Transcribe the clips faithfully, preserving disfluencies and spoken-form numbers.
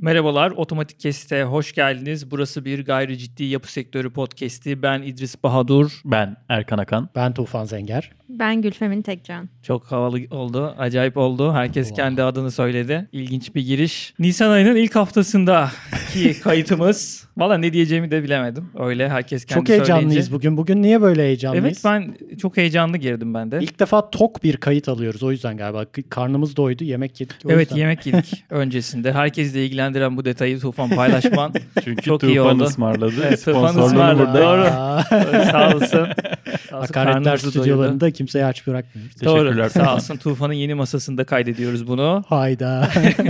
Merhabalar, Otomatik Kesit'e hoş geldiniz. Burası bir gayri ciddi yapı sektörü podcast'i. Ben İdris Bahadur. Ben Erkan Akan. Ben Tufan Zenger. Ben Gülfemin Tekcan. Çok havalı oldu, acayip oldu. Herkes wow. kendi adını söyledi. İlginç bir giriş. Nisan ayının ilk haftasındaki kayıtımız. Valla ne diyeceğimi de bilemedim. Öyle herkes kendi Çok heyecanlıyız söyleyince. bugün. Bugün niye böyle heyecanlıyız? Evet, ben çok heyecanlı girdim ben de. İlk defa tok bir kayıt alıyoruz o yüzden galiba. Karnımız doydu, yemek yedik. O evet yüzden. yemek yedik öncesinde. Herkesle ilgilendiren bu detayı Tufan paylaşman Çünkü çok Tufan iyi oldu. ısmarladı. Evet, Tufan ısmarladı. Doğru. Sağ olsun. Hakaretler stüdyolarında doydu. Kimseye aç bırakmıyoruz. Doğru. Sağ olsun. Tufan'ın yeni masasında kaydediyoruz bunu. Hayda.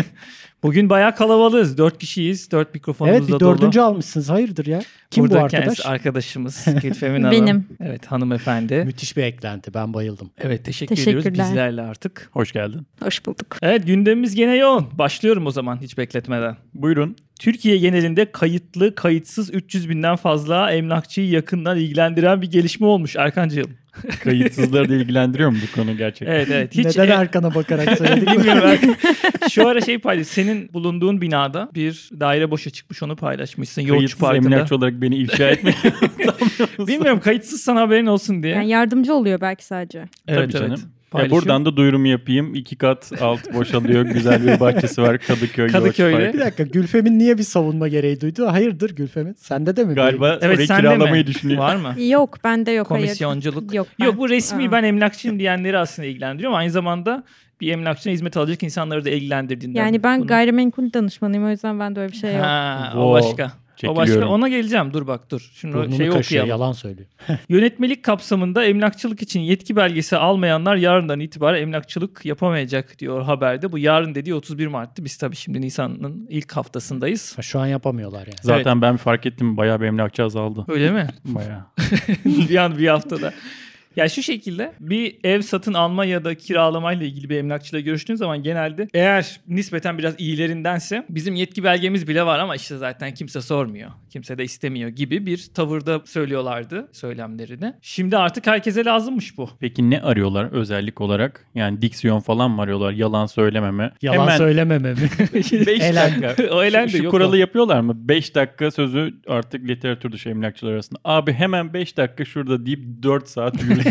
Bugün bayağı kalabalığız. Dört kişiyiz. Dört mikrofonumuz evet, da bir dolu. dördüncü almışsınız. Hayırdır ya? Kim Burada bu arkadaş? Kendisi arkadaşımız. Gülfemin Hanım. Benim. Evet, hanımefendi. Müthiş bir eklenti. Ben bayıldım. Evet, teşekkür ediyoruz bizlerle artık. Hoş geldin. Hoş bulduk. Evet, gündemimiz gene yoğun. Başlıyorum o zaman hiç bekletmeden. Buyurun. Türkiye genelinde kayıtlı, kayıtsız üç yüz binden fazla emlakçıyı yakından ilgilendiren bir gelişme olmuş Erkancığım. Kayıtsızları da ilgilendiriyor mu bu konu gerçekten? Evet evet. Hiç Neden e- Erkan'a bakarak söyledik? Bilmiyorum. Şu ara şey paylaş. Senin bulunduğun binada bir daire boşa çıkmış, onu paylaşmışsın. Yoğurtçu Kayıtsız Parkı'nda. emlakçı olarak beni ifşa etmeyi Bilmiyorum, kayıtsız sana haberin olsun diye. Yani yardımcı oluyor belki sadece. Evet, Tabii evet. canım. Ya buradan da duyurumu yapayım. İki kat alt boşalıyor. Güzel bir bahçesi var. Kadıköy. Kadıköy'de. Bir dakika, Gülfem'in niye bir savunma gereği duydu? Hayırdır Gülfem'in? Sende de mi? Galiba evet, orayı sende kiralamayı mi? düşünüyor. Var mı? Yok, bende yok. Komisyonculuk. Yok, ben... Yok, bu resmi Aa. ben emlakçıyım diyenleri aslında ilgilendiriyor ama aynı zamanda bir emlakçına hizmet alacak insanları da ilgilendirdiğinden. Yani ben bunu... gayrimenkul danışmanıyım, o yüzden bende öyle bir şey yok. Ha, Wow. o başka. O başka. Ona geleceğim. Dur bak dur. Şimdi Burnunu şeyi kaşıyor, okuyalım. yalan söylüyor. Yönetmelik kapsamında emlakçılık için yetki belgesi almayanlar yarından itibaren emlakçılık yapamayacak diyor haberde. Bu yarın dediği otuz bir Mart'tı. Biz tabii şimdi Nisan'ın ilk haftasındayız. Şu an yapamıyorlar yani. Zaten Evet. ben fark ettim. Bayağı bir emlakçı azaldı. Öyle mi? Bayağı. bir an bir haftada. Ya şu şekilde bir ev satın alma ya da kiralamayla ilgili bir emlakçıyla görüştüğün zaman genelde eğer nispeten biraz iyilerindense bizim yetki belgemiz bile var ama işte zaten kimse sormuyor. Kimse de istemiyor gibi bir tavırda söylüyorlardı söylemlerini. Şimdi artık herkese lazımmış bu. Peki ne arıyorlar özellik olarak? Yani diksiyon falan mı arıyorlar? Yalan söylememe. Yalan Hemen söylememe mi? beş dakika. O elendi. Şu, şu yok kuralı o. yapıyorlar mı? beş dakika sözü artık literatür dışı emlakçılar arasında. Abi hemen beş dakika şurada deyip dört saat yürüdünüz.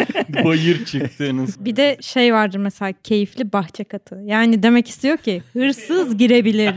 Bayır çıktınız. Bir de şey vardır mesela, keyifli bahçe katı. Yani demek istiyor ki hırsız girebilir.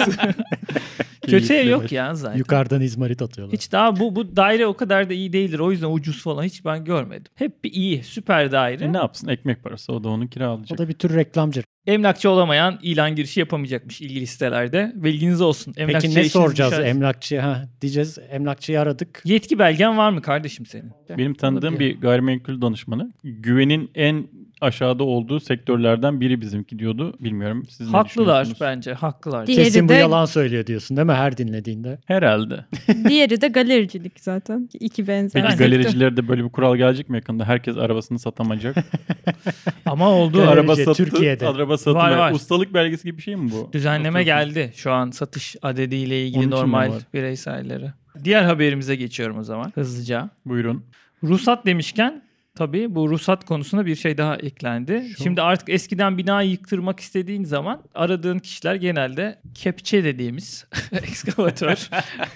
Kötü ev yok ya zaten. Yukarıdan izmarit atıyorlar. Hiç daha bu bu daire o kadar da iyi değildir. O yüzden ucuz falan hiç ben görmedim. Hep bir iyi, süper daire. E ne yapsın? Ekmek parası. O da onu kiralayacak. O da bir tür reklamcı. Emlakçı olamayan ilan girişi yapamayacakmış ilgili sitelerde. Bilginiz olsun. Peki ne soracağız emlakçıya? Ha, diyeceğiz emlakçıyı aradık. Yetki belgen var mı kardeşim senin? Benim tanıdığım bir gayrimenkul danışmanı. Güvenin en aşağıda olduğu sektörlerden biri bizimki diyordu. Bilmiyorum siz ne Haklılar düşünüyorsunuz? bence. Haklılar. Diğeri Kesin bu de- yalan söylüyor diyorsun değil mi her dinlediğinde? Herhalde. Diğeri de galericilik zaten. İki benzer. Peki sektör. galericilerde böyle bir kural gelecek mi yakında? Herkes arabasını satamayacak. Ama oldu. Galerici, araba satı, Türkiye'de. araba satımı. Var, var. Ustalık belgesi gibi bir şey mi bu? Düzenleme Satıyorsun. geldi şu an satış adediyle ilgili Onun için mi normal var? bireyselleri. Diğer haberimize geçiyorum o zaman hızlıca. Buyurun. Ruhsat demişken tabii bu ruhsat konusuna bir şey daha eklendi. Şu... Şimdi artık eskiden binayı yıktırmak istediğin zaman aradığın kişiler genelde kepçe dediğimiz ekskavatör,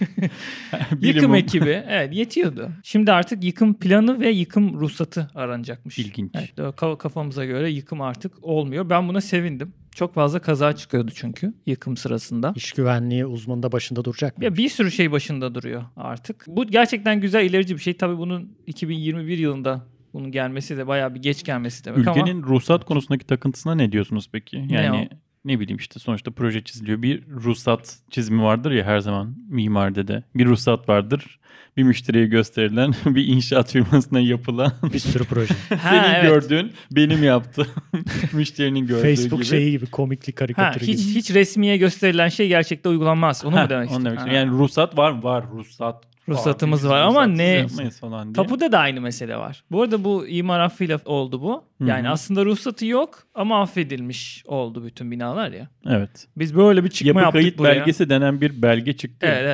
yıkım ekibi evet yetiyordu. Şimdi artık yıkım planı ve yıkım ruhsatı aranacakmış. İlginç. Evet, kafamıza göre yıkım artık olmuyor. Ben buna sevindim. Çok fazla kaza çıkıyordu çünkü yıkım sırasında. İş güvenliği uzmanı da başında duracak mı? Ya bir sürü şey başında duruyor artık. Bu gerçekten güzel, ilerici bir şey. Tabii bunun iki bin yirmi bir yılında bunun gelmesi de bayağı bir geç gelmesi demek ama. Ülkenin ruhsat konusundaki takıntısına ne diyorsunuz peki? Yani Ne, ne bileyim işte sonuçta proje çiziliyor. Bir ruhsat çizimi vardır ya her zaman mimaride de. Bir ruhsat vardır. Bir müşteriye gösterilen, bir inşaat firmasına yapılan. Bir sürü proje. Ha, Senin evet. gördüğün benim yaptığım. Müşterinin gördüğü Facebook gibi. şeyi gibi, komikli Ha, karikatürü hiç gibi. hiç resmiye gösterilen şey gerçekte uygulanmaz. Onu Ha, mu demek onu demek istiyorsun? istiyorum. Yani ruhsat var mı? Var ruhsat. Ruhsatımız Aa, var ama ruhsatsız ne? yapmayız falan diye. Tapuda da aynı mesele var. Bu arada bu imar affıyla oldu bu. Yani Hı-hı. aslında ruhsatı yok ama affedilmiş oldu bütün binalar ya. Evet. Biz böyle bir çıkma Yapı yaptık kayıt buraya. belgesi denen bir belge çıktı. Evet evet.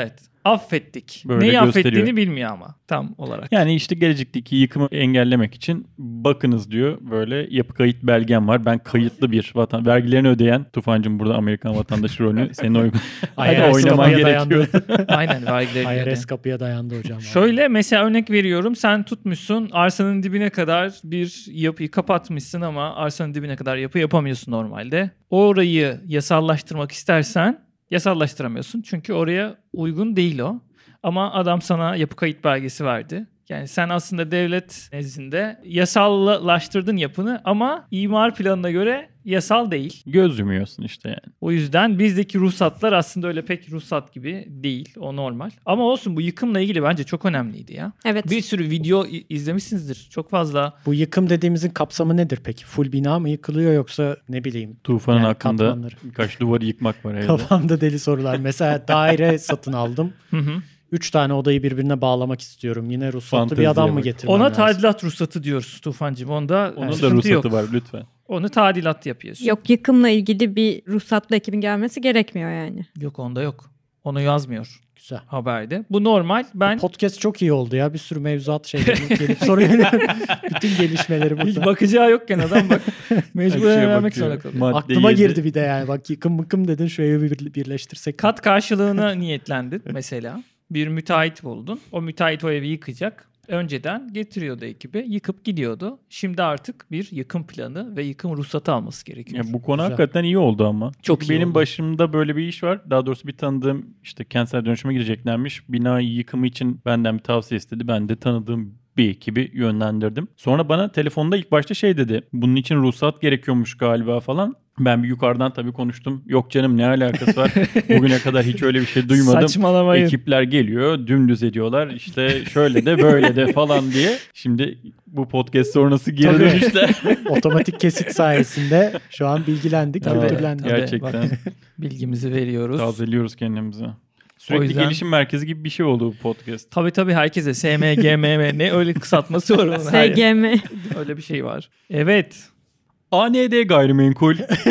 affettik. Böyle Neyi gösteriyor. affettiğini bilmiyor ama tam olarak. Yani işte gelecekteki yıkımı engellemek için bakınız diyor, böyle yapı kayıt belgem var. Ben kayıtlı bir vatan, vergilerini ödeyen, Tufancığım burada Amerikan vatandaşı rolünü senin uygun. I R S oynaman kapıya gerekiyor. dayandı. Aynen vergileri. I R S kapıya dayandı hocam. Şöyle mesela örnek veriyorum, sen tutmuşsun arsanın dibine kadar bir yapıyı kapatmışsın ama arsanın dibine kadar yapı yapamıyorsun normalde. Orayı yasallaştırmak istersen yasallaştıramıyorsun çünkü oraya uygun değil o. Ama adam sana yapı kayıt belgesi verdi. Yani sen aslında devlet nezdinde yasallaştırdın yapını ama imar planına göre yasal değil. Göz yumuyorsun işte yani. O yüzden bizdeki ruhsatlar aslında öyle pek ruhsat gibi değil. O normal. Ama olsun, bu yıkımla ilgili bence çok önemliydi ya. Evet. Bir sürü video i- izlemişsinizdir. Çok fazla. Bu yıkım dediğimizin kapsamı nedir peki? Full bina mı yıkılıyor yoksa ne bileyim? Tufanın Yani hakkında katmanları. birkaç duvarı yıkmak var evde. Kafamda deli sorular. Mesela daire satın aldım. Hı hı. Üç tane odayı birbirine bağlamak istiyorum. Yine ruhsatlı Fanteziye bir adam mı bak. getirmem Ona lazım? tadilat ruhsatı diyoruz Tufancığım. Onda Onun da sıkıntı ruhsatı yok. var lütfen. Onu tadilat yapıyorsun. Yok, yıkımla ilgili bir ruhsatlı ekibin gelmesi gerekmiyor yani. Yok, onda yok. Onu yazmıyor Güzel. haberde. Bu normal. Ben Podcast çok iyi oldu ya. Bir sürü mevzuat şeyleri gelip soruyor. Bütün gelişmeleri hiç burada. bakacağı yokken adam bak mecburen Her şeye vermek bakıyor. zorunda kalıyor. Madde Aklıma yedi. girdi bir de yani. Bak yıkım mıkım dedin, şuraya bir birleştirsek. Kat karşılığına niyetlendin mesela. Bir müteahhit buldun. O müteahhit o evi yıkacak. Önceden getiriyordu ekibi. Yıkıp gidiyordu. Şimdi artık bir yıkım planı ve yıkım ruhsatı alması gerekiyor. Ya bu konu Güzel. hakikaten iyi oldu ama. Çok Çünkü iyi benim oldu. başımda böyle bir iş var. Daha doğrusu bir tanıdığım işte kentsel dönüşüme gireceklermiş. Bina yıkımı için benden bir tavsiye istedi. Ben de tanıdığım bir ekibi yönlendirdim. Sonra bana telefonda ilk başta şey dedi. Bunun için ruhsat gerekiyormuş galiba falan. Ben bir yukarıdan tabii konuştum. Yok canım, ne alakası var? Bugüne kadar hiç öyle bir şey duymadım. Saçmalamayın. Ekipler geliyor, dümdüz ediyorlar. İşte şöyle de böyle de falan diye. Şimdi bu podcast sonrası geri Tabii. dönüşler. Otomatik kesit sayesinde şu an bilgilendik, Tabii, kültürlendik. tabii. Gerçekten Bilgimizi veriyoruz. tazeliyoruz kendimizi. O Sürekli yüzden- gelişim merkezi gibi bir şey oldu bu podcast. Tabii tabii, herkese S M G M M ne öyle kısaltması var onun. S G M. Öyle bir şey var. Evet. A N D gayrimenkul.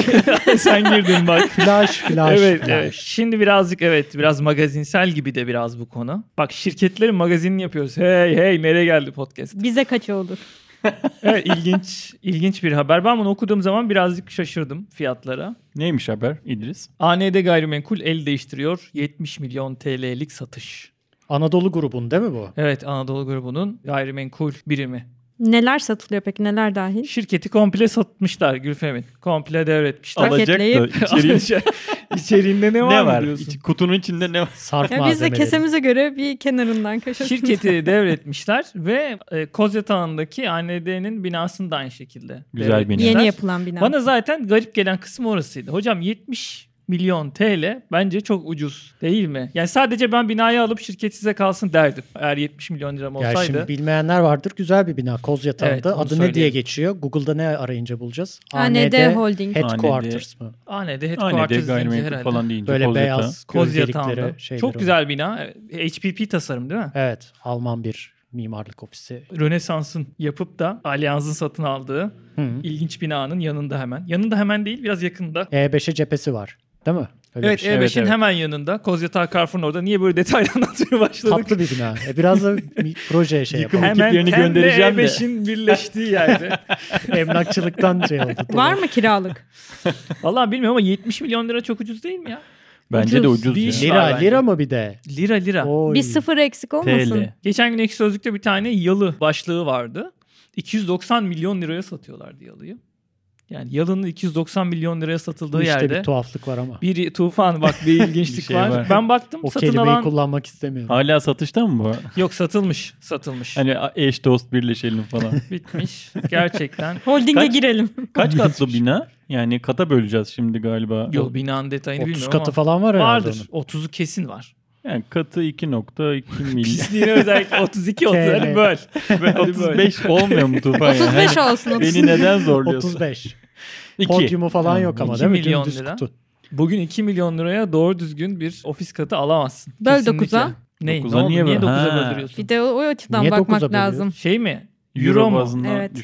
Sen girdin bak. Flash, flash, evet, flash. evet. Şimdi birazcık evet biraz magazinsel gibi de biraz bu konu. Bak, şirketlerin magazinini yapıyoruz. Hey hey, nereye geldi podcast? Bize kaç olur? Evet, ilginç ilginç bir haber. Ben bunu okuduğum zaman birazcık şaşırdım fiyatlara. Neymiş haber İdris? A N D Gayrimenkul el değiştiriyor. yetmiş milyon T L'lik satış. Anadolu grubun değil mi bu? Evet, Anadolu grubunun gayrimenkul birimi. Neler satılıyor peki, neler dahil? Şirketi komple satmışlar Gülfem'in. Komple devretmişler. Alacak. Alacak da Paketleyip- içeri İçeriğinde ne var, ne mı var? diyorsun? İç- kutunun içinde ne var? Sarf Ya biz de malzemeleri. kesemize göre bir kenarından köşesinden. Şirketi devretmişler ve e, Kozyatağı'ndaki A N D'nin binasını da aynı şekilde Güzel devretmişler. bina. Yeni yapılan bina. Bana zaten garip gelen kısmı orasıydı. Hocam yetmiş milyon T L bence çok ucuz değil mi? Yani sadece ben binayı alıp şirket size kalsın derdim. Eğer yetmiş milyon liram Ya olsaydı. şimdi bilmeyenler vardır. Güzel bir bina. Kozyatağı'nda. Evet, onu Adı ne söyleyelim. diye geçiyor? Google'da ne arayınca bulacağız? A N D Holding. Headquarters mı? A N D A N D Headquarters deyince gayrimenkul herhalde. falan deyince Böyle Kozyatağı. beyaz Kozyatağı'nda. gölgelikleri şeyleri Çok olan. güzel bina. H P P tasarım değil mi? Evet. Alman bir mimarlık ofisi. Rönesans'ın yapıp da Allianz'ın satın aldığı Hı. ilginç binanın yanında hemen. Yanında hemen değil, biraz yakında. E beşe cephesi var. Değil mi? Öyle Evet, bir şey. E beşin Evet, evet. hemen yanında. Kozyatağı Carrefour'un orada. Niye böyle detaylı anlatmaya başladık? Tatlı bir bina. E biraz da bir projeye şey Yıkım yapalım. Hemen ekiplerini Tem'le göndereceğim E de. beşin birleştiği yerde. Emlakçılıktan şey oldu. Var mı kiralık? Vallahi bilmiyorum ama yetmiş milyon lira çok ucuz değil mi ya? Bence de Ucuz. ucuz Bir ya. iş- Lira, var bence. lira mı bir de? Lira lira. Oy. Bir sıfır eksik olmasın. T L. Geçen gün Ekşi Sözlük'te bir tane yalı başlığı vardı. iki yüz doksan milyon liraya satıyorlardı yalıyı. Yani yalının iki yüz doksan milyon liraya satıldığı Bu işte yerde bir tuhaflık var ama. bir tufan bak bir ilginçlik Bir şey var. var. Ben baktım O satın kelimeyi alan kullanmak istemiyorum. Hala satışta mı bu? yok, satılmış satılmış. Hani eş dost birleşelim falan. Bitmiş gerçekten. Holding'e Kaç- girelim. Kaç katlı bina? Yani kata böleceğiz şimdi galiba. Yok, binanın detayını otuz bilmiyorum katı ama falan var herhalde vardır. onun. otuzu kesin var. Yani katı iki nokta iki milyon. Pisliğine özellikle otuz iki otuz T L. hadi böl. Hadi böl. otuz beş olmuyor mu Tufan? yani? otuz beş Hani olsun. otuz. Beni neden zorluyorsun? otuz beş. İki. Podyumu falan yok ama iki değil mi? milyon Dümdüz lira. kutu. Bugün iki milyon liraya doğru düzgün bir ofis katı alamazsın. Böl Kesinlikle. dokuza. Ne, Dokuza ne oldu? niye Niye böyle? dokuza Ha. böldürüyorsun? Bir de o, o açıdan Niye bakmak dokuza bölüyor? lazım. Şey mi? Euro, Euro mu? bazında Evet. düşünüyor.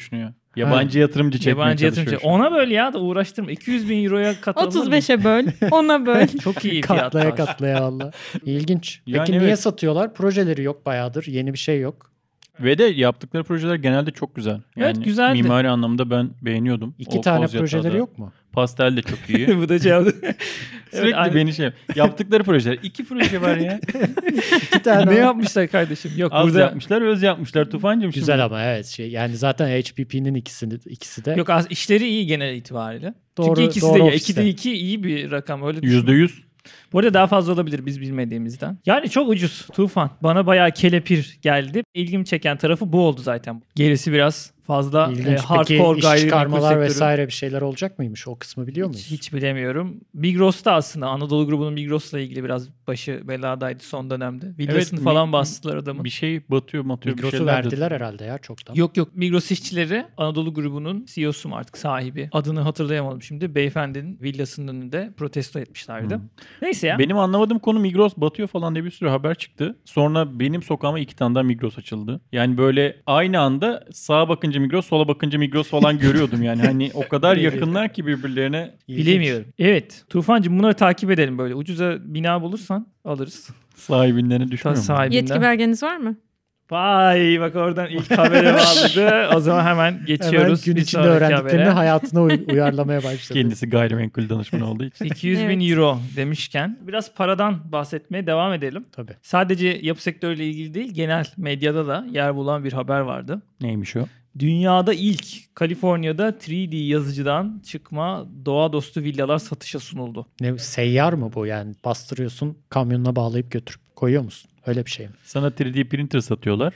Yabancı yatırımcı çekmeye Yabancı çalışıyor. yatırımcı. şu an. Ona böl ya da uğraştırma. iki yüz bin euroya katılır otuz beşe mı? böl, ona böl. Çok iyi fiyatlar. Katlaya katlaya valla. İlginç. Peki Yani niye evet. satıyorlar? Projeleri yok bayağıdır. Yeni bir şey yok. Ve de yaptıkları projeler genelde çok güzel. Yani Evet, güzeldi. mimari anlamda ben beğeniyordum. İki O tane Kozyata'da. projeleri yok mu? Pastel de çok iyi. Bu da şey yaptı. Sürekli aynı. beni şey yaptıkları projeler. İki proje var ya. İki tane. Ne yapmışlar kardeşim? Yok Az burada yapmışlar, öz yapmışlar Tufancığım. Güzel şimdi. ama evet şey yani zaten H P P'nin ikisini ikisi de yok az işleri iyi genel itibariyle. Doğru- Çünkü ikisi doğru de iyi. ofiste. ikide iki iyi bir rakam öyle düşün. Yüzde yüz. Bu arada daha fazla olabilir biz bilmediğimizden. Yani çok ucuz Tufan. Bana bayağı kelepir geldi. İlgimi çeken tarafı bu oldu zaten. Gerisi biraz fazla e, ilginç. hardcore Peki iş gayrimenkul çıkarmalar sektörü. vesaire bir şeyler olacak mıymış? O kısmı biliyor muyuz? Hiç, hiç bilemiyorum. Migros'ta aslında Anadolu grubunun Migros'la ilgili biraz başı beladaydı son dönemde. Villasını Evet, falan mi- bastılar adamın. Bir şey batıyor matıyor bir Migros'u şeyler de- verdiler herhalde ya çoktan. Yok yok Migros işçileri Anadolu grubunun C E O'su mu artık sahibi. Adını hatırlayamadım şimdi. Beyefendinin villasının önünde protesto etmişlerdi. Hı. Neyse ya. Benim anlamadığım konu Migros batıyor falan diye bir sürü haber çıktı. Sonra benim sokağıma iki tane daha Migros açıldı. Yani böyle aynı anda sağa bakınca Migros, sola bakınca Migros falan görüyordum yani. Hani o kadar yakınlar ki birbirlerine. İlginç. Bilemiyorum. Evet. Tufancığım bunları takip edelim böyle. Ucuza bina bulursan alırız. Sahibinlerine Ta düşmüyor mu? sahibinden. Yetki belgeniz var mı? Vay bak oradan ilk habere bağladı. O zaman hemen Hemen geçiyoruz. gün bir içinde sonraki öğrendiklerini habere. hayatına uy- uyarlamaya başladı. Kendisi gayrimenkul danışmanı olduğu için. iki yüz bin Evet. euro demişken biraz paradan bahsetmeye devam edelim. Tabii. Sadece yapı sektörüyle ilgili değil genel medyada da yer bulan bir haber vardı. Neymiş o? Dünyada ilk Kaliforniya'da üç D yazıcıdan çıkma doğa dostu villalar satışa sunuldu. Ne seyyar mı bu yani? Bastırıyorsun, kamyonuna bağlayıp götürüp koyuyor musun? Öyle bir şey mi? Sana üç D printer satıyorlar.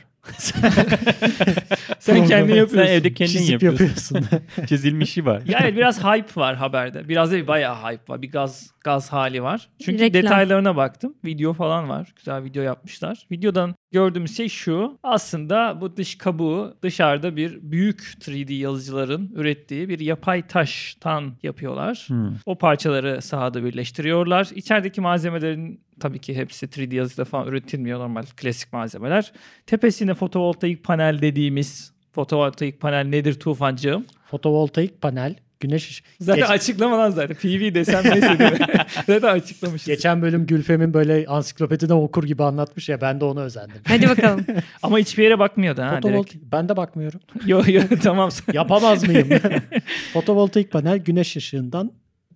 Sen kendin yapıyorsun. Sen evde kendin Çizip yapıyorsun. yapıyorsun. Çizilmişi var. Yani biraz hype var haberde. Biraz değil bayağı hype var. Bir gaz gaz hali var. Çünkü Reklam. detaylarına baktım. Video falan var. Güzel video yapmışlar. Videodan gördüğümüz şey şu. Aslında bu dış kabuğu dışarıda bir büyük üç D yazıcıların ürettiği bir yapay taştan yapıyorlar. Hmm. O parçaları sahada birleştiriyorlar. İçerideki malzemelerin tabii ki hepsi üç D yazıcıda falan üretilmiyor. Normal klasik malzemeler. Tepesine fotovoltaik panel dediğimiz fotovoltaik panel nedir Tufancığım? Fotovoltaik panel, güneş ışığı. Zaten Geç- açıklama lan zaten. P V desem neyse değil mi? Zaten açıklamışız. Geçen bölüm Gülfem'in böyle ansiklopediden okur gibi anlatmış ya, ben de ona özendim. Hadi bakalım. Ama hiçbir yere bakmıyordu ha direkt. Fotovoltaik, ben de bakmıyorum. Yo yo tamam. Yapamaz mıyım? Fotovoltaik panel güneş ışığından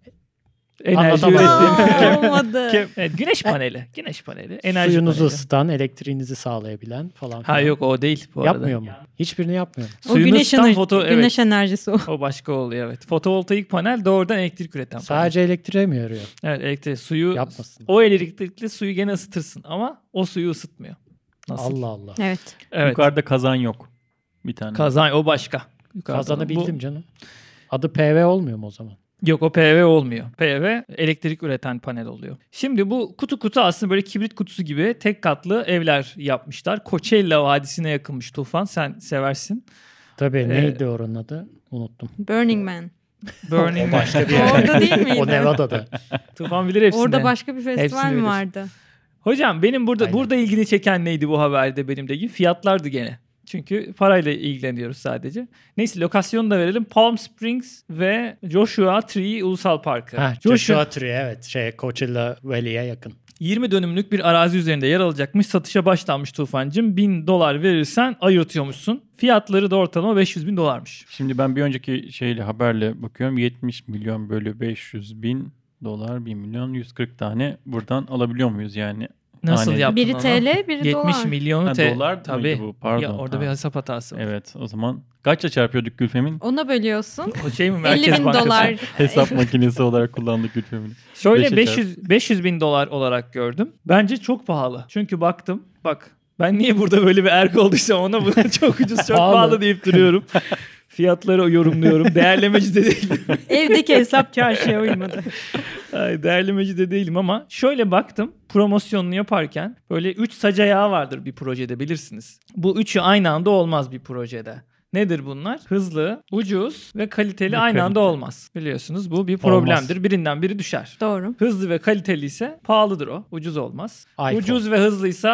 Enerji Anlatamadım. ürettiğim. Aa, olmadı. Evet, güneş paneli. Güneş paneli. Enerji suyunuzu paneli. ısıtan, elektriğinizi sağlayabilen falan. Ha filan. yok o değil bu arada. Yapmıyor mu? Hiçbirini yapmıyor. O Suyunu güneş, ısıtan ener- foto evet. güneş enerjisi o. O başka oluyor evet. Fotovoltaik panel doğrudan elektrik üreten panel. Sadece elektriğe mi yarıyor? Evet elektrik suyu Yapmasın. o elektrikli suyu gene ısıtırsın ama o suyu ısıtmıyor. Nasıl? Allah Allah. Evet. Evet. Yukarıda kazan yok. Bir tane. Kazan o başka. Yukarıda. Kazanı Bu- bildim canım. Adı P V olmuyor mu o zaman? Yok o P V olmuyor. P V elektrik üreten panel oluyor. Şimdi bu kutu kutu aslında böyle kibrit kutusu gibi tek katlı evler yapmışlar. Coachella Vadisi'ne yakınmış Tufan. Sen seversin. Tabii Ee, neydi oranın adı? Unuttum. Burning Man. Burning Man. Başka bir yer. Orada değil miydi? O Nevada'da. Tufan bilir hepsini. Orada başka bir festival Hepsini mi bilir. vardı? Hocam benim burada Aynen. burada ilgini çeken neydi bu haberde benim de ilgili? Fiyatlardı gene. Çünkü parayla ilgileniyoruz sadece. Neyse lokasyonu da verelim. Palm Springs ve Joshua Tree Ulusal Parkı. Ha, Joshua Tree evet. Şey, Coachella Valley'e yakın. yirmi dönümlük bir arazi üzerinde yer alacakmış. Satışa başlanmış Tufancığım. bin dolar verirsen ayırtıyormuşsun. Fiyatları da ortalama beş yüz bin dolarmış. Şimdi ben bir önceki şeyle haberle bakıyorum. yetmiş milyon bölü beş yüz bin dolar, bir milyon yüz kırk tane buradan alabiliyor muyuz yani? Nasıl Hani- yaptın Biri onu? T L, biri yetmiş dolar. milyonu Ha, T dolar tabii. mıydı bu? Pardon. Ya orada Ha. bir hesap hatası var. Evet o zaman kaçla çarpıyorduk Gülfem'in? Ona bölüyorsun. O şey mi Merkez elli bin Bankası? dolar. Hesap makinesi olarak kullandık Gülfem'in. Şöyle Beşe beş yüz beş yüz bin dolar olarak gördüm. Bence çok pahalı. Çünkü baktım bak ben niye burada böyle bir erk olduysam ona buna çok ucuz çok Pahalı. pahalı deyip duruyorum. Fiyatları yorumluyorum. Değerlemeci de değilim. Evdeki hesap çarşıya uymadı. Ay, değerlemeci de değilim ama şöyle baktım promosyonunu yaparken böyle üç sac ayağı vardır bir projede bilirsiniz. Bu üçü aynı anda olmaz bir projede. Nedir bunlar? Hızlı, ucuz ve kaliteli Ve aynı kalite. anda olmaz. Biliyorsunuz bu bir problemdir. Birinden biri düşer. Doğru. Hızlı ve kaliteli ise pahalıdır o. Ucuz olmaz. iPhone. Ucuz ve hızlıysa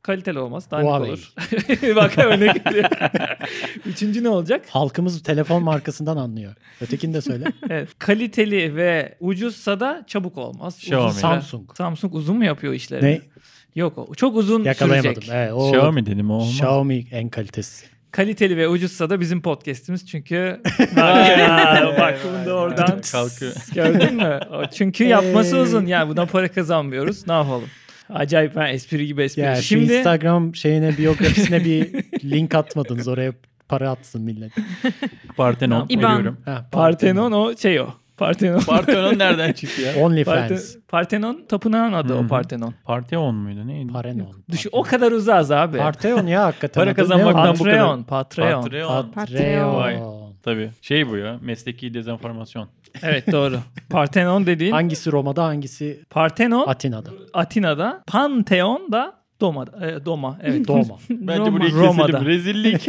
kaliteli olmaz. Dandik Huawei. olur. Bak örnek veriyor. Üçüncü ne olacak? Halkımız telefon markasından anlıyor. Ötekini de söyle. Evet. Kaliteli ve ucuzsa da çabuk olmaz. Xiaomi. Uzun süre- Samsung. Samsung uzun mu yapıyor işlerini? Ne? Yok o. Çok uzun Yakalayamadım. sürecek. Evet, o Xiaomi dedim o olmaz. Xiaomi en kalitesi. Kaliteli ve ucuzsa da bizim podcast'imiz çünkü bak, bak bunu da oradan Kalkıyor. gördün mü? O çünkü yapması Hey. uzun. Yani buna para kazanmıyoruz. Ne yapalım? Acayip ben espri gibi espri. Ya Şimdi şu Instagram şeyine biyografisine bir link atmadınız. Oraya para atsın millet. Parthenon İban. veriyorum. Ha, Parthenon o şey o. Parthenon. Parthenon nereden çıktı ya? OnlyFans. Parte- Parthenon tapınağın adı Hı o hı. Parthenon. Parthenon muydu neydi? Parenon. Düşün, o kadar uzağız abi. Parthenon ya hakikaten. Para Adı ne kazanmaktan onun? bu kadar. Patreon, Patreon. Patreon. Patreon. Vay. Tabii. Şey bu ya. Mesleki dezenformasyon. Evet doğru. Parthenon dediğin Hangisi Roma'da hangisi Parthenon Atina'da? Atina'da, Pantheon da Doma'da. E, Doma evet. Doma. Bence Roma- burayı Roma'da. keselim. Rezillik.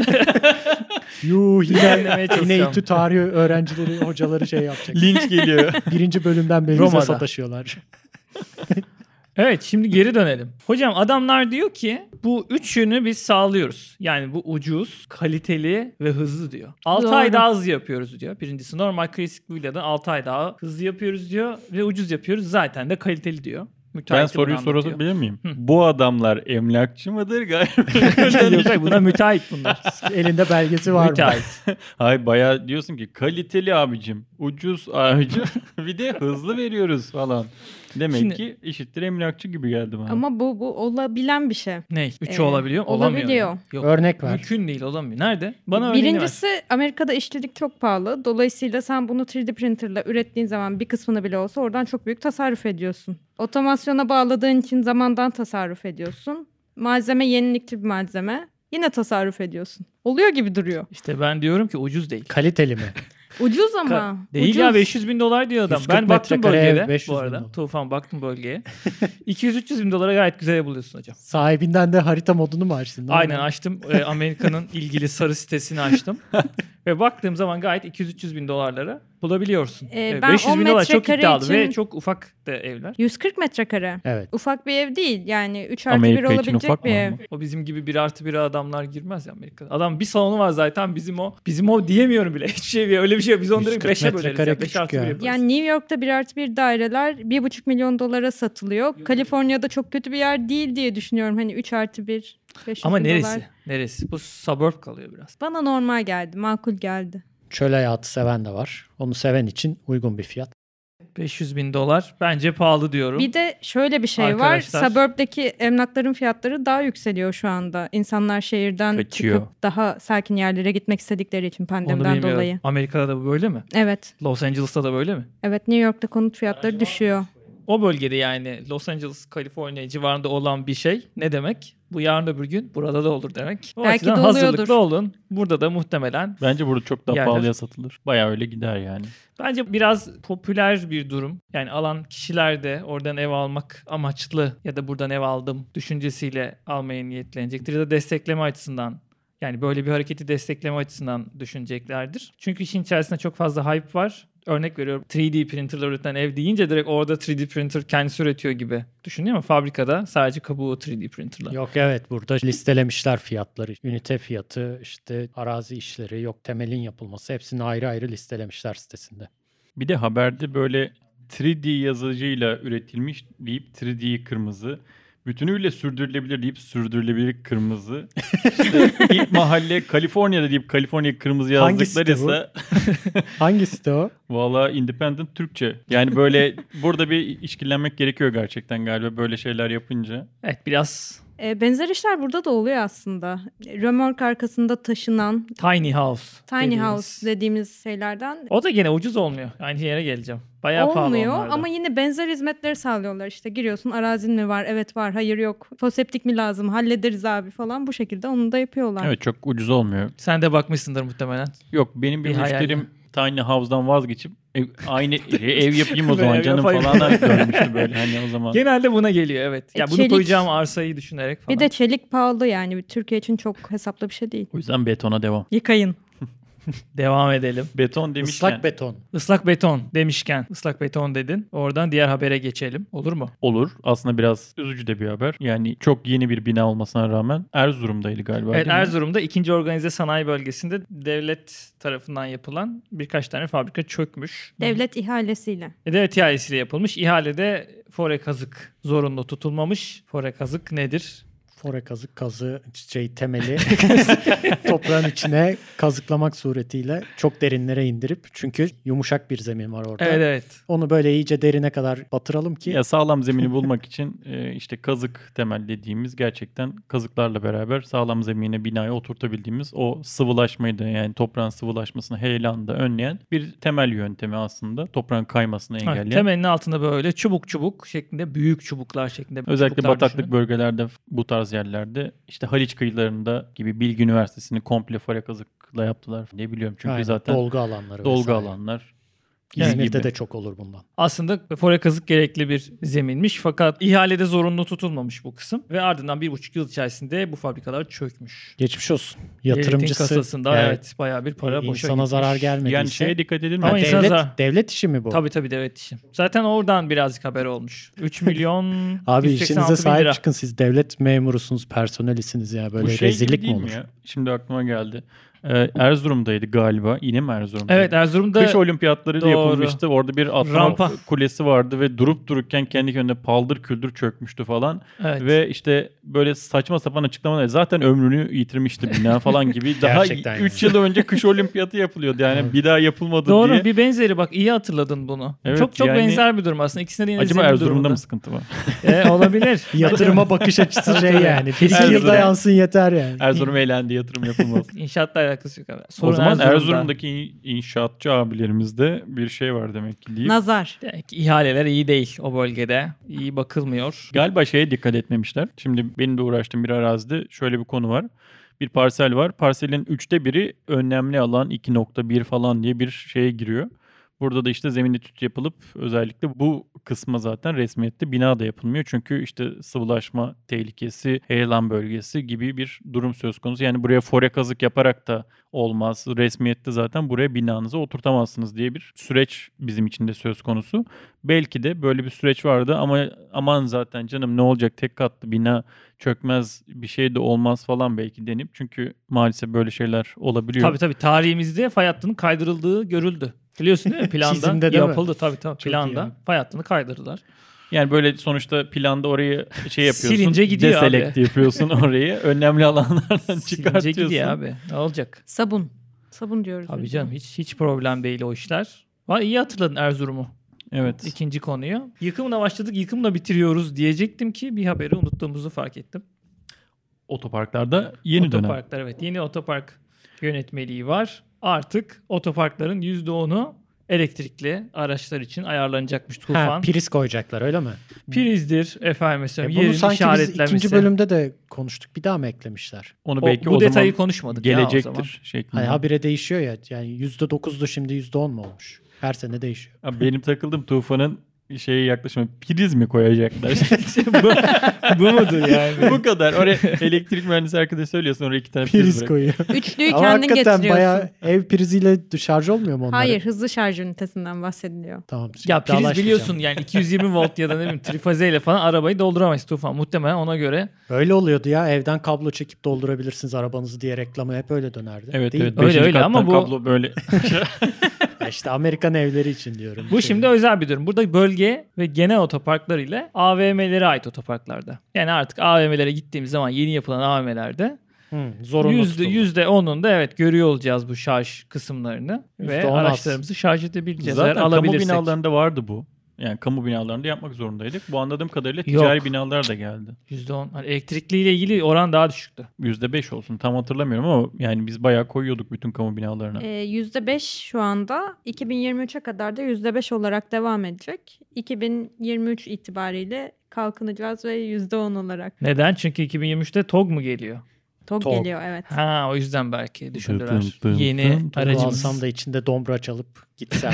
Yuh yine, Demeye yine çalışacağım. İTÜ tarih öğrencileri hocaları şey yapacak. Linç geliyor. Birinci bölümden beri bize Roma'da. sataşıyorlar. Evet şimdi geri dönelim. Hocam adamlar diyor ki bu üçünü biz sağlıyoruz. Yani bu ucuz, kaliteli ve hızlı diyor. altı Doğru. ay daha hızlı yapıyoruz diyor. Birincisi normal klasik villadan altı ay daha hızlı yapıyoruz diyor. Ve ucuz yapıyoruz zaten de kaliteli diyor. Müteahhit Ben de bunu soruyu anlatıyor. sorabilir miyim? Hı. Bu adamlar emlakçı mıdır? Yok, hayır, buna müteahhit bunlar. Elinde belgesi var mı? Müteahhit. Hayır bayağı diyorsun ki kaliteli abicim, ucuz abicim bir de hızlı veriyoruz falan. Demek Şimdi- ki eşittir emlakçı gibi geldi bana. Ama bu bu olabilen bir şey. Ne? Üçü Ee, olabiliyor mu? Olamıyor. olabiliyor. yani. Yok. Örnek ver. Mümkün değil olamıyor. Nerede? Bana örneğini ver. Birincisi Amerika'da işçilik çok pahalı. Dolayısıyla sen bunu üç D printerla ürettiğin zaman bir kısmını bile olsa oradan çok büyük tasarruf ediyorsun. Otomasyona bağladığın için zamandan tasarruf ediyorsun. Malzeme yenilikçi bir malzeme. Yine tasarruf ediyorsun. Oluyor gibi duruyor. İşte ben diyorum ki ucuz değil. Kaliteli mi? Ucuz ama. Değil ucuz. ya beş yüz bin dolar diyor adam. yüz kırk Ben baktım metrekareye bölgede beş yüz bu bin arada. dolar. Tufan baktım bölgeye. iki yüz üç yüz bin dolara gayet güzel buluyorsun hocam. Sahibinden de harita modunu mu açtın? Ne Aynen oldu? açtım. Ee, Amerika'nın ilgili sarı sitesini açtım. Ve baktığım zaman gayet iki yüz üç yüz bin dolarlara bulabiliyorsun. Ee, Evet, ben beş yüz bin on dolar çok metrekare iddialı için- ve çok ufak da evler. yüz kırk metrekare. Evet. Ufak bir ev değil. Yani üç artı bir Amerika için olabilecek ufak bir mı ev. ama? O bizim gibi bir artı bir adamlar girmez ya Amerika'da. Adam bir salonu var zaten bizim o. Bizim o diyemiyorum bile. Hiçbir şey öyle bir şey yok. Biz onları yüz kırk beşe böleriz. metrekare Yani. beş küçük artı bir ya. yaparız. Yani New York'ta bir artı bir daireler bir buçuk milyon dolara satılıyor. Kaliforniya'da çok kötü bir yer değil diye düşünüyorum. Hani üç artı bir, beş yüz Ama bin neresi? dolar. Neresi? Bu suburb kalıyor biraz. Bana normal geldi, makul geldi. Çöl hayatı seven de var. Onu seven için uygun bir fiyat. beş yüz bin dolar bence pahalı diyorum. Bir de şöyle bir şey Arkadaşlar- var. Suburb'daki emlakların fiyatları daha yükseliyor şu anda. İnsanlar şehirden Kaçıyor. çıkıp daha sakin yerlere gitmek istedikleri için Onu pandemiden bilmiyorum. dolayı. Amerika'da da bu böyle mi? Evet. Los Angeles'ta da böyle mi? Evet, New York'ta konut fiyatları düşüyor. O bölgede yani Los Angeles, Kaliforniya civarında olan bir şey ne demek? Bu yarın öbür gün burada da olur demek. O Belki açıdan de hazırlıklı oluyordur. olun. Burada da muhtemelen Bence burada çok daha Yerler. pahalıya satılır. Bayağı öyle gider yani. bence biraz popüler bir durum. Yani alan kişiler de oradan ev almak amaçlı ya da buradan ev aldım düşüncesiyle almaya niyetlenecektir. Ya da destekleme açısından yani böyle bir hareketi destekleme açısından düşüneceklerdir. Çünkü işin içerisinde çok fazla hype var. Örnek veriyorum üç D printerler üretilen ev deyince direkt orada üç D printer kendisi üretiyor gibi düşünüyor mu? Fabrikada sadece kabuğu üç D printerlar. Yok evet burada listelemişler fiyatları. Ünite fiyatı, işte arazi işleri, yok temelin yapılması hepsini ayrı ayrı listelemişler sitesinde. Bir de haberde böyle üç D yazıcıyla üretilmiş deyip üç D kırmızı, bütünüyle sürdürülebilir deyip sürdürülebilir kırmızı. İşte ilk mahalle Kaliforniya'da deyip Kaliforniya kırmızı Hangi yazdıkları site bu? ise Hangi site o? valla Independent Türkçe. Yani böyle burada bir işkillenmek gerekiyor gerçekten galiba böyle şeyler yapınca. Evet biraz E, benzer işler burada da oluyor aslında. Römork arkasında taşınan tiny house. tiny dediğimiz. house dediğimiz şeylerden O da gene ucuz olmuyor. Aynı yere geleceğim. Bayağı pahalı olmuyor onlar da. ama yine benzer hizmetleri sağlıyorlar. İşte giriyorsun, arazin mi var? Evet var. Hayır yok. Foseptik mi lazım? Hallederiz abi falan. Bu şekilde onu da yapıyorlar. Evet çok ucuz olmuyor. Sen de bakmışsındır muhtemelen. Yok benim bir, Bir hayal müşterim Tiny House'dan vazgeçip ev, aynı ev yapayım o Ben zaman ev canım yapayım. falan da dönmüştü böyle hani o zaman. Genelde buna geliyor evet. E, Ya bunu çelik- koyacağım arsayı düşünerek falan. Bir de çelik pahalı yani. Türkiye için çok hesaplı bir şey değil. O yüzden betona devam. Yıkayın. Devam edelim. Beton demişken. Islak beton. Islak beton demişken ıslak beton dedin. Oradan diğer habere geçelim. Olur mu? Olur. Aslında biraz üzücü de bir haber. Yani çok yeni bir bina olmasına rağmen Erzurum'daydı galiba. Evet, değil mi? Erzurum'da ikinci organize sanayi bölgesinde devlet tarafından yapılan birkaç tane fabrika çökmüş. Devlet ihalesiyle. E, devlet ihalesiyle yapılmış. İhalede fore kazık zorunlu tutulmamış. Fore kazık nedir? Fore kazık kazı şey temeli toprağın içine kazıklamak suretiyle çok derinlere indirip, çünkü yumuşak bir zemin var orada. Evet evet. Onu böyle iyice derine kadar batıralım ki Ya sağlam zemini bulmak için e, işte kazık temel dediğimiz, gerçekten kazıklarla beraber sağlam zemine binayı oturtabildiğimiz o sıvılaşmayı da, yani toprağın sıvılaşmasını heyelanda önleyen bir temel yöntemi aslında. Toprağın kaymasını engelleyen. Evet, temelin altında böyle çubuk çubuk şeklinde, büyük çubuklar şeklinde. Özellikle çubuklar bataklık düşünün. bölgelerde, bu tarz yerlerde, işte Haliç kıyılarında gibi Bilgi Üniversitesi'ni komple fore kazıkla yaptılar diye biliyorum. Çünkü aynen, zaten dolgu alanları dolgu vesaire. alanlar. İzmir'de gibi. de çok olur bundan. Aslında fore kazık gerekli bir zeminmiş, fakat ihalede zorunlu tutulmamış bu kısım ve ardından bir buçuk yıl içerisinde bu fabrikalar çökmüş. Geçmiş olsun. Devletin Yatırımcısı kasasında evet, bayağı bir para boşa insana gitmiş. zarar gelmediyse. Yani şeye dikkat edilmiyor. Ama Ha, insan devlet, zarar- devlet işi mi bu? Tabii tabii devlet işi. Zaten oradan birazcık haber olmuş. üç milyon Abi yüz seksen altı işinize bin sahip lira. çıkın, siz devlet memurusunuz, personelisiniz ya, böyle Bu şey gibi rezillik mi değil olur? mi ya? Şimdi aklıma geldi. Ee, Erzurum'daydı galiba. Yine mi Erzurum'daydı? Evet, Erzurum'da Kış olimpiyatları da Doğru. yapılmıştı. Orada bir atlama Rampa. kulesi vardı ve durup dururken kendi kendine paldır küldür çökmüştü falan. evet. Ve işte böyle saçma sapan açıklamalar. Zaten ömrünü yitirmişti bina falan gibi. Daha Gerçekten üç yani. yıl önce kış olimpiyatı yapılıyordu. Yani Evet. bir daha yapılmadı Doğru, diye. bir benzeri, bak iyi hatırladın bunu. Evet, çok çok yani- benzer bir durum aslında. İkisine de yine Acaba zemin Erzurum'da durumunda. mı sıkıntı var? E, olabilir. Yatırıma bakış açısı şey yani. Bir iki Erzurum. yılda yansın yeter yani. Erzurum eğlendi, yatırım yapılmaz. İnşaatla alakası yok abi. O Sorun zaman Erzurum'da. Erzurum'daki in- inşaatçı abilerimizde bir şey var demek ki deyip. Nazar. Demek ki ihaleler iyi değil o bölgede. İyi bakılmıyor. Galiba şeye dikkat etmemişler. Şimdi benim de uğraştığım bir arazide şöyle bir konu var. Bir parsel var. Parselin üçte biri önlemli alan iki nokta bir falan diye bir şeye giriyor. Burada da işte zemin etütü yapılıp özellikle bu kısma zaten resmiyette bina da yapılmıyor. Çünkü işte sıvılaşma tehlikesi, heyelan bölgesi gibi bir durum söz konusu. Yani buraya fore kazık yaparak da olmaz. Resmiyette zaten buraya binanızı oturtamazsınız diye bir süreç bizim için de söz konusu. Belki de böyle bir süreç vardı ama aman zaten canım ne olacak, tek katlı bina çökmez, bir şey de olmaz falan belki denip. Çünkü maalesef böyle şeyler olabiliyor. Tabii tabii, tarihimizde fay hattının kaydırıldığı görüldü. Biliyorsun değil mi? Planda Çizimde değil mi? yapıldı tabii tabii. Çok iyi Planda ya. fay hattını kaydırdılar. Yani böyle sonuçta planda orayı şey yapıyorsun. Silince gidiyor deselect abi. yapıyorsun orayı. Önemli alanlardan Silince çıkartıyorsun. gidiyor abi. Ne olacak? Sabun. Sabun diyoruz. Tabii biz canım, buna. hiç hiç problem değil o işler. Ha, iyi hatırladın Erzurum'u. Evet. İkinci konuyu. Yıkımla başladık, yıkımla bitiriyoruz diyecektim ki bir haberi unuttuğumuzu fark ettim. Otoparklarda yeni dönem. Otoparklar, evet. Yeni otopark yönetmeliği var. Artık otoparkların yüzde onu elektrikli araçlar için ayarlanacakmış Ha, Tufan. priz koyacaklar öyle mi? Prizdir efendim mesela, E yerin bunu sanki biz işaretlemesi. ikinci bölümde de konuştuk. Bir daha mı eklemişler? Onu O, belki bu o detayı zaman konuşmadık ya o zaman. gelecektir şeklinde. Hani habire değişiyor ya. Yani yüzde dokuzdu şimdi yüzde on mu olmuş? Her sene değişiyor. Abi benim takıldığım Tufan'ın şeye yaklaşımı, priz mi koyacaklar? bu, bu mudur yani? Bu kadar. Oraya elektrik mühendisi arkadaş söylüyorsun, oraya iki tane priz, Priz bırak. koyuyor. Üçlüyü Ama kendin hakikaten getiriyorsun. bayağı ev priziyle şarj olmuyor mu onlar? Hayır, hızlı şarj ünitesinden bahsediliyor. Tamam. Ya priz iddialaşmayacağım. biliyorsun yani iki yüz yirmi volt ya da ne bileyim trifazeyle falan arabayı dolduramayız Tufan. Muhtemelen ona göre. Öyle oluyordu ya. Evden kablo çekip doldurabilirsiniz arabanızı diye reklamı hep öyle dönerdi. Evet Değil evet. mi? Öyle, Beşinci öyle ama kattan bu- kablo böyle. Ya işte Amerikan evleri için diyorum. Bu Şey. şimdi özel bir durum. Burada bölge ve genel otoparklar ile A V M'lere ait otoparklarda. Yani artık A V M'lere gittiğimiz zaman yeni yapılan A V M'lerde Hı, zorunlu yüzde, tutuldu. yüzde onunda evet görüyor olacağız bu şarj kısımlarını. Yüzde Ve on az. araçlarımızı şarj edebileceğiz. Zaten eğer kamu alabilirsek. binalarında vardı bu. Yani kamu binalarında yapmak zorundaydık. Bu anladığım kadarıyla ticari Yok. binalar da geldi. yüzde on. Hani elektrikliyle ilgili oran daha düşüktü. yüzde beş olsun tam hatırlamıyorum ama yani biz bayağı koyuyorduk bütün kamu binalarına. Ee, yüzde beş şu anda. iki bin yirmi üçe kadar da yüzde beş olarak devam edecek. iki bin yirmi üç itibariyle kalkınacağız ve yüzde on olarak. Neden? Çünkü iki bin yirmi üçte TOG mu geliyor? TOG TOG. geliyor, evet. Ha, o yüzden belki düşündüler. Tın tın Yeni tın tın. aracımız. Alsam da içinde dombra çalıp gitsem.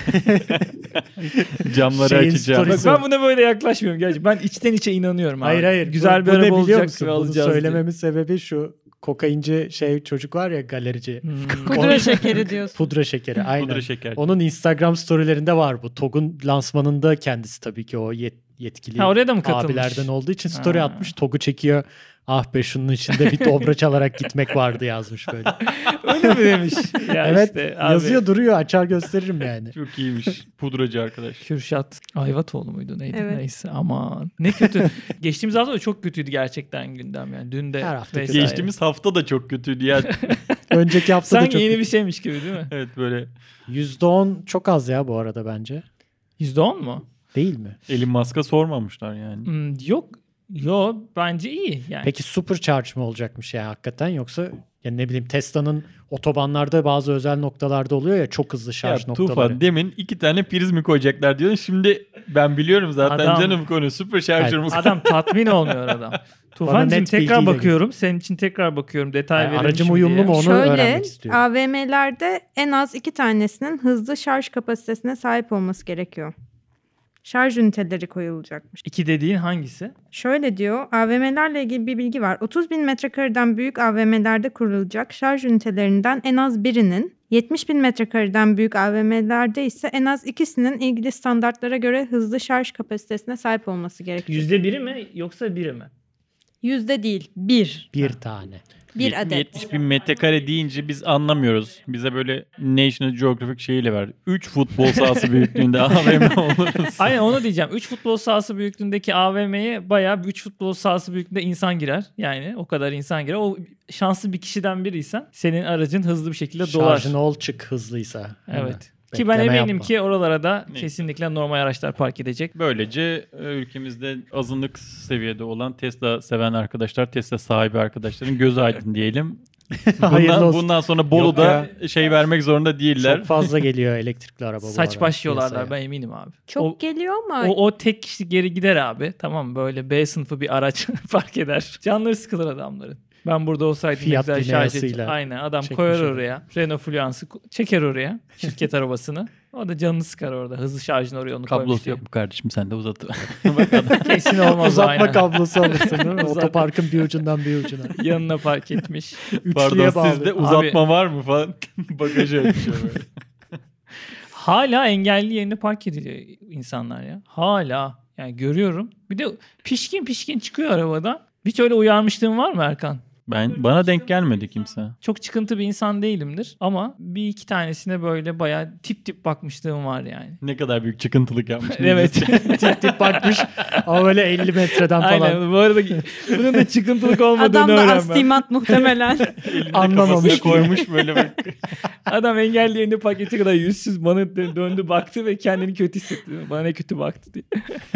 Camları Şeyin açacağım. Bak, storiesi- ben buna böyle yaklaşmıyorum gerçekten. Ben içten içe inanıyorum abi. Güzel Güzel bir bu ne araba biliyor olacak musun? ve Bunu alacağız diye. söylememin sebebi şu. kokainci şey çocuk var ya, galerici. Hmm. Pudra şekeri diyorsun. Pudra şekeri aynen. Pudra şeker. Onun Instagram storylerinde var bu. TOG'un lansmanında kendisi tabii ki o yet- yetkili Ha, oraya da mı katılmış? abilerden olduğu için story Ha. atmış. TOG'u çekiyor. Ah be, şunun içinde bir dobra çalarak gitmek vardı yazmış böyle. Öyle mi demiş? Ya Evet işte, abi. yazıyor duruyor, açar gösteririm yani. Çok iyiymiş. Pudracı arkadaş. Kürşat Ayvatoğlu muydu neydi? Evet. Neyse aman. Ne kötü. Geçtiğimiz hafta da çok kötüydü gerçekten gündem yani. Dün de Her hafta kötü. vesaire. Geçtiğimiz hafta da çok kötüydü ya. Önceki hafta da Sanki çok. yeni bir şeymiş gibi değil mi? Evet böyle yüzde on çok az ya bu arada bence. yüzde on mu? Değil mi? Elon Musk'a sormamışlar yani. Hmm, yok. Yo bence iyi yani. Peki supercharge mı olacakmış ya hakikaten, yoksa ya ne bileyim Tesla'nın otobanlarda bazı özel noktalarda oluyor ya çok hızlı Ya şarj noktaları. Tufan demin iki tane priz mi koyacaklar diyordun. Şimdi ben biliyorum zaten Adam- canım konu super charger mı? Adam tatmin olmuyor adam. Tufancığım net tekrar bilgiyle bakıyorum. Senin için tekrar bakıyorum. Detay Yani verilmiş aracım mi uyumlu diye. mu onu Şöyle öğrenmek istiyorum. A V M'lerde en az iki tanesinin hızlı şarj kapasitesine sahip olması gerekiyor. Şarj üniteleri koyulacakmış. İki dediğin hangisi? Şöyle diyor, A V M'lerle ilgili bir bilgi var. otuz bin metrekareden büyük A V M'lerde kurulacak şarj ünitelerinden en az birinin, yetmiş bin metrekareden büyük A V M'lerde ise en az ikisinin ilgili standartlara göre hızlı şarj kapasitesine sahip olması gerekiyor. Yüzde biri mi yoksa biri mi? Yüzde değil, bir. Bir tane. Bir adet. yetmiş bin metrekare deyince biz anlamıyoruz. Bize böyle National Geographic şeyiyle ver. üç futbol sahası büyüklüğünde A V M oluruz. Aynen onu diyeceğim. üç futbol sahası büyüklüğündeki A V M'ye bayağı üç futbol sahası büyüklüğünde insan girer. Yani o kadar insan girer. O şanslı bir kişiden biriysen senin aracın hızlı bir şekilde dolar. Şarjın ol çık hızlıysa. değil mi? Evet. Ki ben Bekleme eminim yapma. ki oralara da Ne? kesinlikle normal araçlar park edecek. Böylece e, ülkemizde azınlık seviyede olan Tesla seven arkadaşlar, Tesla sahibi arkadaşların gözü aydın diyelim. Hayırlı Bundan, olsun. bundan sonra Bolu'da şey vermek zorunda değiller. Çok fazla geliyor elektrikli araba bu Saç ara baş yolarlar piyasaya. ben eminim abi. Çok o, geliyor ama o, o tek kişi geri gider abi. Tamam böyle B sınıfı bir araç park eder. Canları sıkılır adamların. Ben burada olsaydım ne Fiat güzel şarj Linea'sıyla edeceğim. Aynen adam çekmiş koyar olur. oraya. Renault Fluence'ı ko- çeker oraya. Şirket arabasını. O da canını sıkar orada. Hızlı şarjını oraya onu koymuş Kablosu diye. yok mu kardeşim, sen de uzat. Kesin olmaz Uzatma aynen. kablosu alırsın değil mi? Uzatma. Otoparkın bir ucundan bir ucuna. Yanına park etmiş. Pardon bağlı. sizde uzatma var mı falan. Bagaja açıyor böyle. Hala engelli yerine park ediliyor insanlar ya. Hala. Yani görüyorum. Bir de pişkin pişkin çıkıyor arabadan. Hiç öyle uyarmışlığın var mı Erkan? Ben bana denk gelmedi kimse. Çok çıkıntı bir insan değilimdir ama bir iki tanesine böyle bayağı tip tip bakmışlığım var yani. Ne kadar büyük çıkıntılık yapmış. Evet. Tip tip bakmış ama böyle elli metreden falan Aynen. Bu arada bunun da çıkıntılık olmadığını adam da öğrenmem. astigmat muhtemelen. anlamamış. Kafasına koymuş böyle bak. Adam engelli yerine paketi kadar yüzsüz bana dö- döndü baktı ve kendini kötü hissetti. Bana ne kötü baktı diye.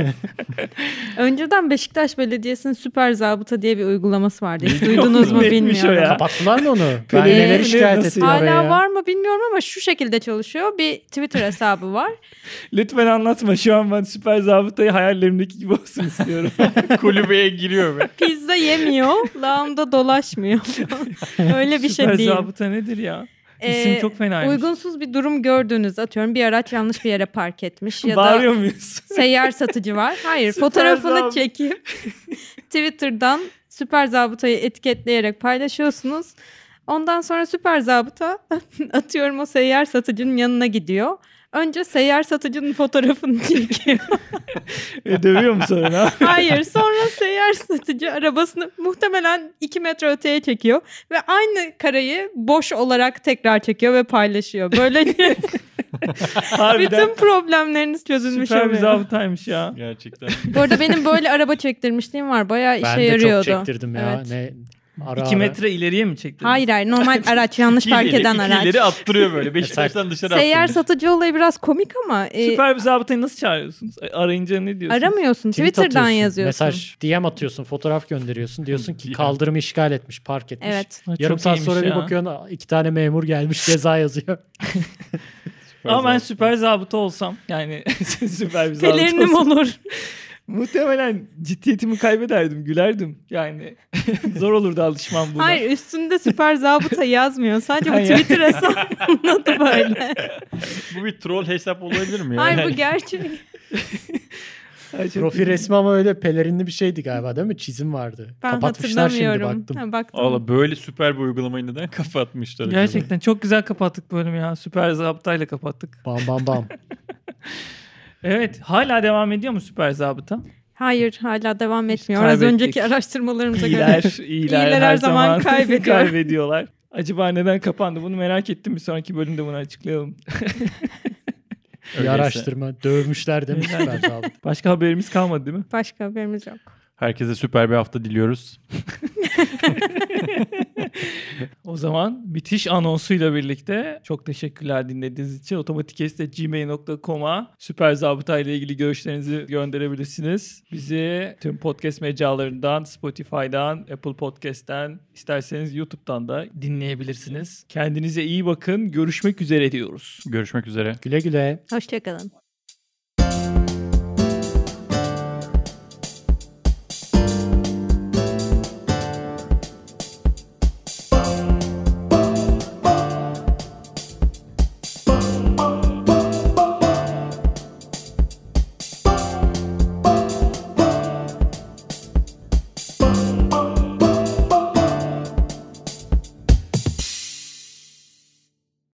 Önceden Beşiktaş Belediyesi'nin Süper Zabıta diye bir uygulaması vardı. Hiç duydunuz mu Netmiş o bilmiyorum. ya. Kapattılar mı onu? Ben Ee, neler şikayet nasıl ettim ya? oraya. Hala var mı bilmiyorum ama şu şekilde çalışıyor. Bir Twitter hesabı var. Lütfen anlatma. Şu an ben süper zabıtayı hayallerimdeki gibi olsun istiyorum. Kulübeye giriyor be. Pizza yemiyor, lağımda dolaşmıyor. Öyle bir şey süper değil. zabıta nedir ya? İsim Ee, çok fenaymış. Uygunsuz bir durum gördüğünüz, atıyorum bir araç yanlış bir yere park etmiş ya da Bağırıyor muyuz? seyyar satıcı var. Hayır, Süper fotoğrafını zabıta. çekip Twitter'dan Süper Zabıtayı etiketleyerek paylaşıyorsunuz. Ondan sonra Süper Zabıta atıyorum o seyyar satıcının yanına gidiyor. Önce seyyar satıcının fotoğrafını çekiyor. E, dövüyor mu sonra? Ne? Hayır, sonra seyyar satıcı arabasını muhtemelen iki metre öteye çekiyor ve aynı kareyi boş olarak tekrar çekiyor ve paylaşıyor. Böylece Harbiden bütün problemleriniz çözülmüş süper bir oluyor. zabıtaymış ya. Gerçekten. Bu arada benim böyle araba çektirmişliğim var. Bayağı işe Ben de yarıyordu. çok çektirdim ya. Evet. Ne, ara İki ara. metre ileriye mi çektin? Hayır hayır, normal araç, yanlış park İkileri, eden araç. ikileri attırıyor böyle. Beşiktaş'tan dışarı Seyyar attırıyor. satıcı olayı biraz komik ama e, Süper bir zabıtayı nasıl çağırıyorsunuz? Arayınca ne diyorsunuz? aramıyorsun. Tweet Twitter'dan atıyorsun, yazıyorsun. Mesaj, D M atıyorsun, fotoğraf gönderiyorsun. Diyorsun ki Ya. kaldırımı işgal etmiş, park etmiş. Evet. Ha, Yarım çok saat iyiymiş sonra ya. bir bakıyorsun iki tane memur gelmiş ceza yazıyor. Ama ben süper zabıta olsam yani süper bir zabıta Pelerinim olsam olur. muhtemelen ciddiyetimi kaybederdim, gülerdim. Yani zor olurdu alışmam buna. Hayır, üstünde süper zabıta yazmıyor. Sadece bu Hayır. Twitter hesabının adı böyle. Bu bir troll hesap olabilir mi ya? Hayır, bu Yani gerçek. Profil resmi ama öyle pelerinli bir şeydi galiba değil mi? Çizim vardı. Ben Kapatmışlar şimdi hatırlamıyorum. baktım. Ha, baktım. Valla böyle süper bir uygulamayı neden kapatmışlar? acaba? Gerçekten çok güzel kapattık bölümü ya. Süper zabıtayla kapattık. Bam bam bam. Evet. Hala devam ediyor mu süper zabıta? Hayır, hala devam etmiyor. Az kaybettik. önceki araştırmalarımıza göre. İyiler, iyiler, İyiler her, her zaman, zaman kaybediyor. kaybediyorlar. Acaba neden kapandı? Bunu merak ettim. Bir sonraki bölümde bunu açıklayalım. Bir Öyleyse. araştırma. Dövmüşler demiş süper zabıta. Başka haberimiz kalmadı değil mi? Başka haberimiz yok. Herkese süper bir hafta diliyoruz. O zaman bitiş anonsuyla birlikte çok teşekkürler dinlediğiniz için. otomatikest at gmail nokta com'a süper zabıta ile ilgili görüşlerinizi gönderebilirsiniz. Bizi tüm podcast mecralarından, Spotify'dan, Apple Podcast'ten, isterseniz YouTube'dan da dinleyebilirsiniz. Kendinize iyi bakın. Görüşmek üzere diyoruz. Görüşmek üzere. Güle güle. Hoşçakalın.